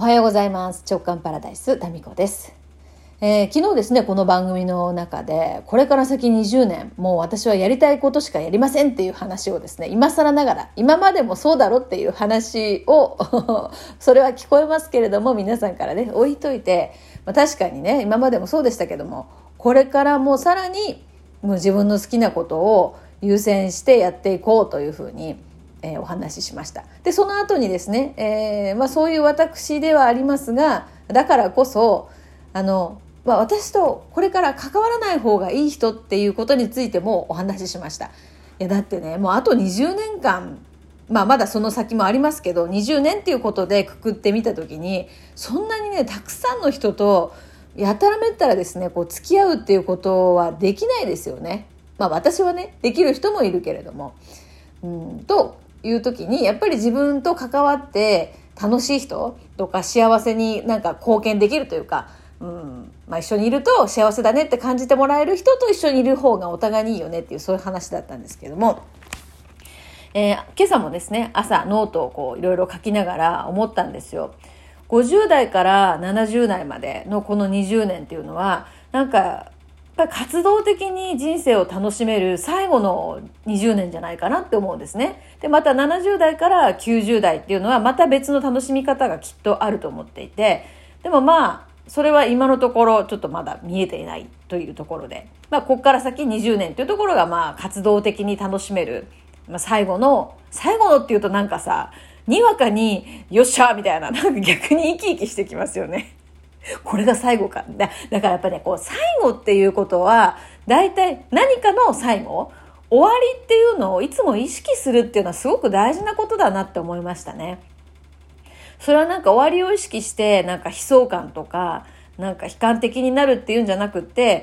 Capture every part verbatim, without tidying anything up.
おはようございます。直感パラダイスタミコです。えー、昨日ですね、この番組の中でこれから先にじゅうねんもう私はやりたいことしかやりませんっていう話をですね、今更ながら今までもそうだろっていう話をそれは聞こえますけれども、皆さんからね置いといて、まあ、確かにね今までもそうでしたけども、これからもさらにもう自分の好きなことを優先してやっていこうというふうにえー、お話ししました。でその後にですね、えーまあ、そういう私ではありますが、だからこそあの、まあ、私とこれから関わらない方がいい人っていうことについてもお話ししました。いやだってね、もうあとにじゅうねんかん、まあ、まだその先もありますけど、にじゅうねんっていうことでくくってみた時に、そんなにねたくさんの人とやたらめったらですねこう付き合うっていうことはできないですよね。まあ私はねできる人もいるけれども、うんという時にやっぱり自分と関わって楽しい人とか幸せになんか貢献できるというか、うんまあ、一緒にいると幸せだねって感じてもらえる人と一緒にいる方がお互いにいいよねっていう、そういう話だったんですけども、えー、今朝もですね朝ノートをこういろいろ書きながら思ったんですよ。ごじゅう代からななじゅう代までのこのにじゅうねんっていうのはなんかやっぱり活動的に人生を楽しめる最後のにじゅうねんじゃないかなって思うんですね。でまたななじゅう代からきゅうじゅう代っていうのはまた別の楽しみ方がきっとあると思っていて、でもまあそれは今のところちょっとまだ見えていないというところで、まあ、ここから先にじゅうねんというところがまあ活動的に楽しめる、まあ、最後の最後のっていうとなんかさにわかによっしゃみたいな、なんか逆に生き生きしてきますよね。これが最後か。だ, だからやっぱりね、こう最後っていうことは、だいたい何かの最後、終わりっていうのをいつも意識するっていうのはすごく大事なことだなって思いましたね。それはなんか終わりを意識して、なんか悲壮感とか、なんか悲観的になるっていうんじゃなくって、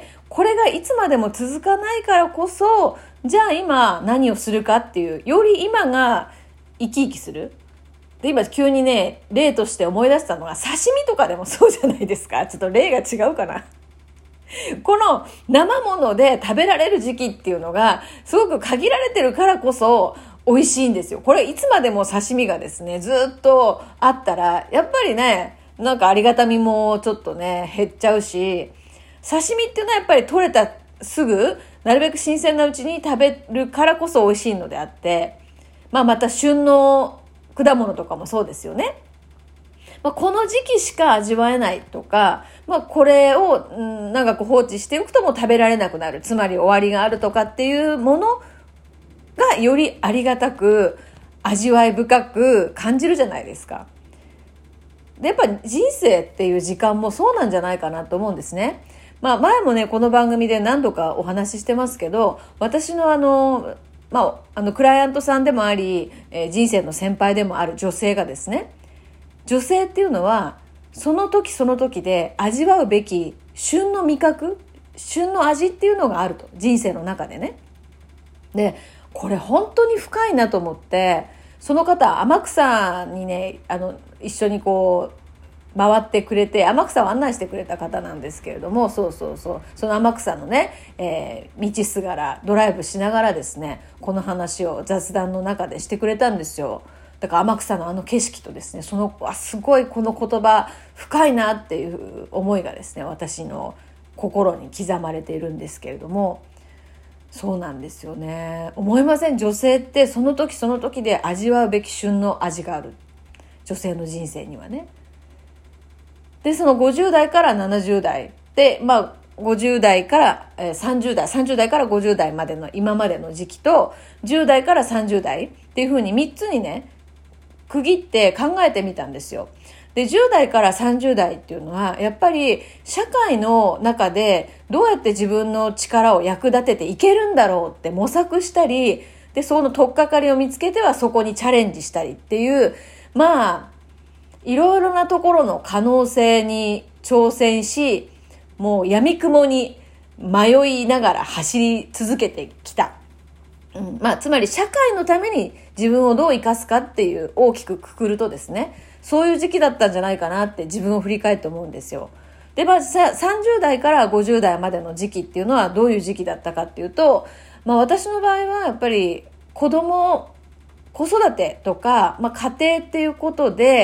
これがいつまでも続かないからこそ、じゃあ今何をするかっていう、より今が生き生きする。で今急にね例として思い出したのが、刺身とかでもそうじゃないですか。ちょっと例が違うかな。この生もので食べられる時期っていうのがすごく限られてるからこそ美味しいんですよ。これいつまでも刺身がですねずっとあったらやっぱりねなんかありがたみもちょっとね減っちゃうし、刺身っていうのはやっぱり取れたすぐなるべく新鮮なうちに食べるからこそ美味しいのであって、まあまた旬の果物とかもそうですよね。まあ、この時期しか味わえないとか、まあ、これを、うん、長く放置しておくともう食べられなくなる、つまり終わりがあるとかっていうものがよりありがたく味わい深く感じるじゃないですか。でやっぱ人生っていう時間もそうなんじゃないかなと思うんですね。まあ、前もねこの番組で何度かお話ししてますけど、私のあのまあ、あのクライアントさんでもあり、えー、人生の先輩でもある女性がですね、女性っていうのはその時その時で味わうべき旬の味覚、旬の味っていうのがあると、人生の中でね。でこれ本当に深いなと思って、その方天草にねあの一緒にこう回ってくれて、天草を案内してくれた方なんですけれども、そうそうそうその天草のね、えー、道すがらドライブしながらですねこの話を雑談の中でしてくれたんですよ。だから天草のあの景色とですね、そのあすごいこの言葉深いなっていう思いがですね私の心に刻まれているんですけれども、そうなんですよね。思いません？女性ってその時その時で味わうべき旬の味がある、女性の人生にはね。でそのごじゅう代からななじゅう代で、まあごじゅう代からさんじゅう代、さんじゅう代からごじゅう代までの今までの時期と、じゅう代からさんじゅう代っていう風にみっつにね区切って考えてみたんですよ。でじゅう代からさんじゅう代っていうのはやっぱり社会の中でどうやって自分の力を役立てていけるんだろうって模索したり、でその取っかかりを見つけてはそこにチャレンジしたりっていう、まあいろいろなところの可能性に挑戦し、もう闇雲に迷いながら走り続けてきた。うん、まあつまり社会のために自分をどう生かすかっていう大きくくくるとですね、そういう時期だったんじゃないかなって自分を振り返って思うんですよ。でまあさんじゅう代からごじゅう代までの時期っていうのはどういう時期だったかっていうと、まあ私の場合はやっぱり子供子育てとか、まあ、家庭っていうことで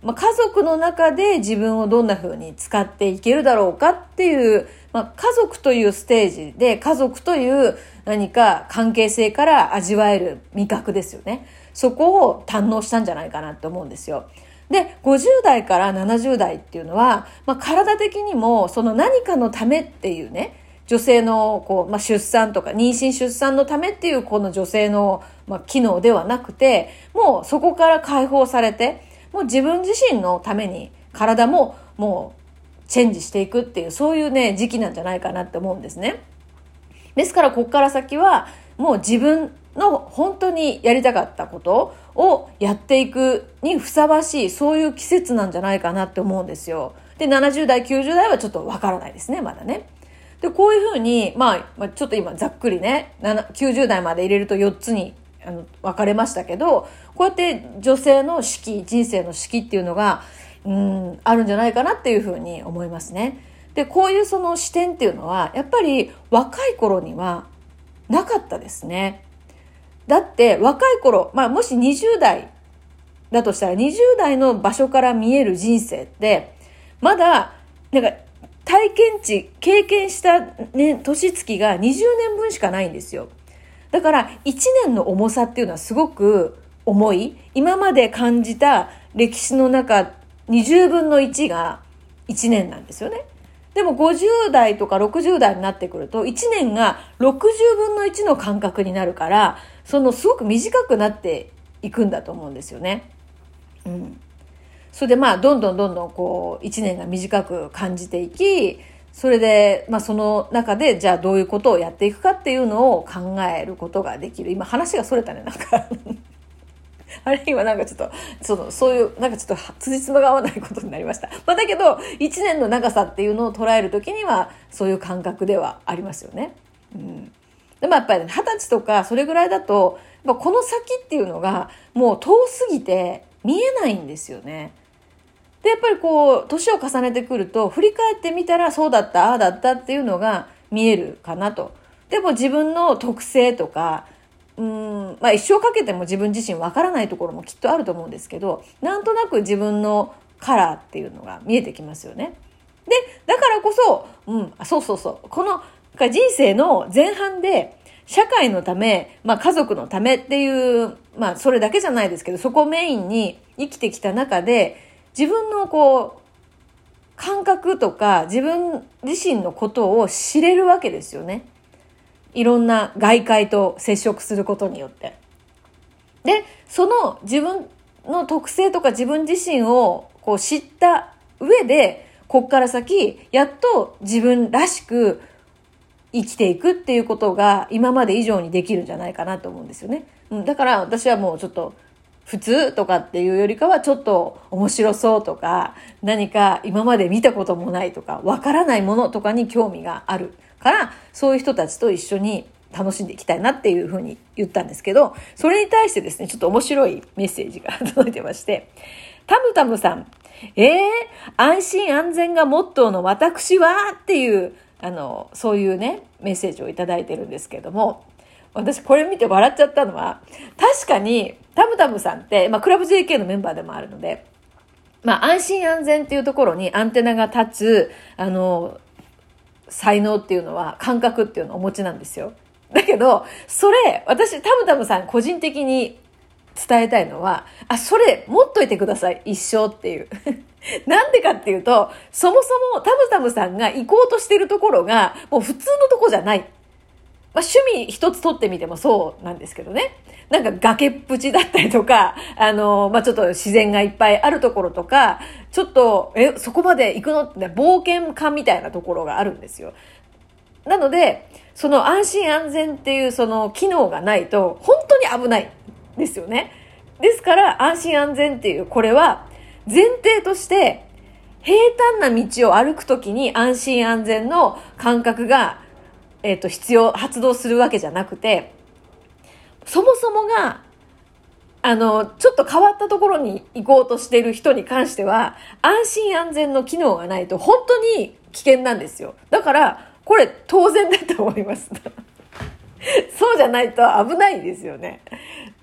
まあ、家族の中で自分をどんな風に使っていけるだろうかっていう、まあ、家族というステージで家族という何か関係性から味わえる味覚ですよね。そこを堪能したんじゃないかなと思うんですよ。で、ごじゅう代からななじゅう代っていうのは、まあ、体的にもその何かのためっていうね、女性のこう、まあ、出産とか妊娠出産のためっていうこの女性の、まあ、機能ではなくて、もうそこから解放されて、もう自分自身のために体ももうチェンジしていくっていう、そういうね時期なんじゃないかなって思うんですね。ですからここから先はもう自分の本当にやりたかったことをやっていくにふさわしい、そういう季節なんじゃないかなって思うんですよ。で、ななじゅう代きゅうじゅう代はちょっとわからないですね、まだね。で、こういうふうに、まあ、まあ、ちょっと今ざっくりねきゅうじゅう代まで入れるとよっつにあの分かれましたけど、こうやって女性の四季、人生の四季っていうのがうんあるんじゃないかなっていうふうに思いますね。で、こういうその視点っていうのはやっぱり若い頃にはなかったですね。だって若い頃、まあ、もしにじゅう代だとしたらにじゅう代の場所から見える人生ってまだなんか体験値、経験した、ね、年月がにじゅうねんぶんしかないんですよ。だからいちねんの重さっていうのはすごく重い。今まで感じた歴史の中にじゅうぶんのいちがいちねんなんですよね。でもごじゅう代とかろくじゅう代になってくるといちねんがろくじゅうぶんのいちの感覚になるから、そのすごく短くなっていくんだと思うんですよね。うん。それでまあどんどんどんどんこういちねんが短く感じていき、それでまあその中でじゃあどういうことをやっていくかっていうのを考えることができる。今話がそれたね、なんかあれ今なんかちょっとそのそういうなんかちょっと辻褄が合わないことになりました。まあだけどいちねんの長さっていうのを捉えるときにはそういう感覚ではありますよね。うん。でもやっぱり二十歳とかそれぐらいだとこの先っていうのがもう遠すぎて見えないんですよね。で、やっぱりこう年を重ねてくると振り返ってみたらそうだったああだったっていうのが見えるかなと。でも自分の特性とかうーん、まあ、一生かけても自分自身わからないところもきっとあると思うんですけど、なんとなく自分のカラーっていうのが見えてきますよね。で、だからこそ、うん、そうそうそう、この人生の前半で社会のため、まあ、家族のためっていう、まあそれだけじゃないですけど、そこをメインに生きてきた中で自分のこう感覚とか自分自身のことを知れるわけですよね。いろんな外界と接触することによって。で、その自分の特性とか自分自身をこう知った上で、こっから先、やっと自分らしく生きていくっていうことが今まで以上にできるんじゃないかなと思うんですよね。うん、だから私はもうちょっと普通とかっていうよりかはちょっと面白そうとか、何か今まで見たこともないとか、わからないものとかに興味があるから、そういう人たちと一緒に楽しんでいきたいなっていうふうに言ったんですけど、それに対してですね、ちょっと面白いメッセージが届いてまして、タムタムさん、えー、安心安全がモットーの私はっていう、あの、そういうね、メッセージをいただいてるんですけども、私これ見て笑っちゃったのは、確かにタムタムさんって、まあ、クラブ ジェーケー のメンバーでもあるので、まあ、安心安全っていうところにアンテナが立つ、あの、才能っていうのは、感覚っていうのをお持ちなんですよ。だけど、それ、私、タムタムさん個人的に伝えたいのは、あ、それ、持っといてください、一生っていう。なんでかっていうと、そもそもタムタムさんが行こうとしてるところが、もう普通のとこじゃない。まあ、趣味一つ取ってみてもそうなんですけどね。なんか崖っぷちだったりとか、あの、まあ、ちょっと自然がいっぱいあるところとか、ちょっと、え、そこまで行くのって、ね、冒険家みたいなところがあるんですよ。なので、その安心安全っていうその機能がないと、本当に危ないんですよね。ですから、安心安全っていう、これは前提として、平坦な道を歩くときに安心安全の感覚がえっと、必要、発動するわけじゃなくて、そもそもが、あの、ちょっと変わったところに行こうとしている人に関しては、安心安全の機能がないと本当に危険なんですよ。だから、これ当然だと思います。そうじゃないと危ないですよね。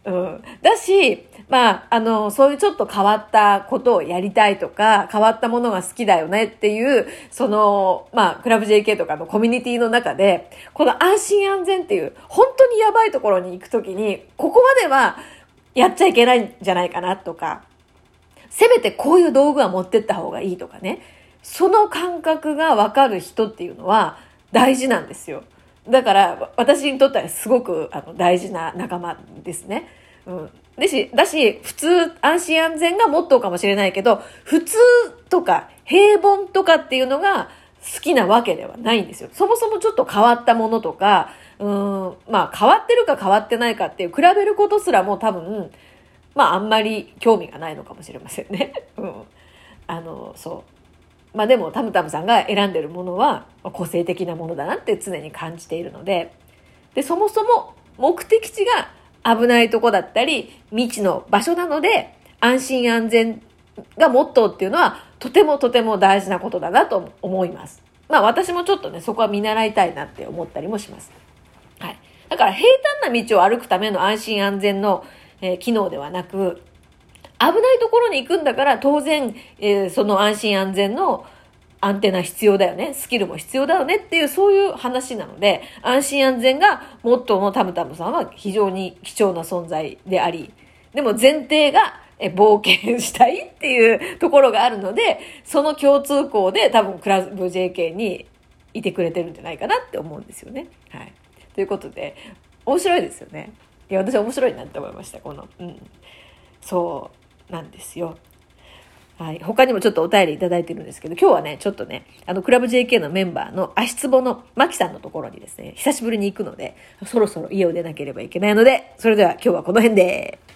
うん。だし、まあ、あの、そういうちょっと変わったことをやりたいとか、変わったものが好きだよねっていう、その、まあ、クラブ ジェイケー とかのコミュニティの中で、この安心安全っていう、本当にやばいところに行くときに、ここまではやっちゃいけないんじゃないかなとか、せめてこういう道具は持ってった方がいいとかね。その感覚がわかる人っていうのは大事なんですよ。だから私にとってはすごくあの大事な仲間ですね。うん。だし、だし、普通安心安全がモットーかもしれないけど、普通とか平凡とかっていうのが好きなわけではないんですよ。そもそもちょっと変わったものとか、うーん、まあ変わってるか変わってないかっていう比べることすらも多分、まああんまり興味がないのかもしれませんね。うん。あの、そう。まあでもタムタムさんが選んでるものは個性的なものだなって常に感じているので、で、そもそも目的地が危ないとこだったり未知の場所なので安心安全がモットーっていうのはとてもとても大事なことだなと思います。まあ私もちょっとね、そこは見習いたいなって思ったりもします。はい。だから平坦な道を歩くための安心安全の、えー、機能ではなく、危ないところに行くんだから当然、えー、その安心安全のアンテナ必要だよね。スキルも必要だよねっていうそういう話なので、安心安全がモットーのタムタムさんは非常に貴重な存在であり、でも前提がえ冒険したいっていうところがあるので、その共通項で多分クラブ ジェイケー にいてくれてるんじゃないかなって思うんですよね。はい。ということで、面白いですよね。いや、私は面白いなって思いました。この、うん。そうなんですよ。はい。他にもちょっとお便りいただいてるんですけど、今日はね、ちょっとね、あの、クラブ ジェイケー のメンバーの足つぼのマキさんのところにですね、久しぶりに行くので、そろそろ家を出なければいけないので、それでは今日はこの辺で。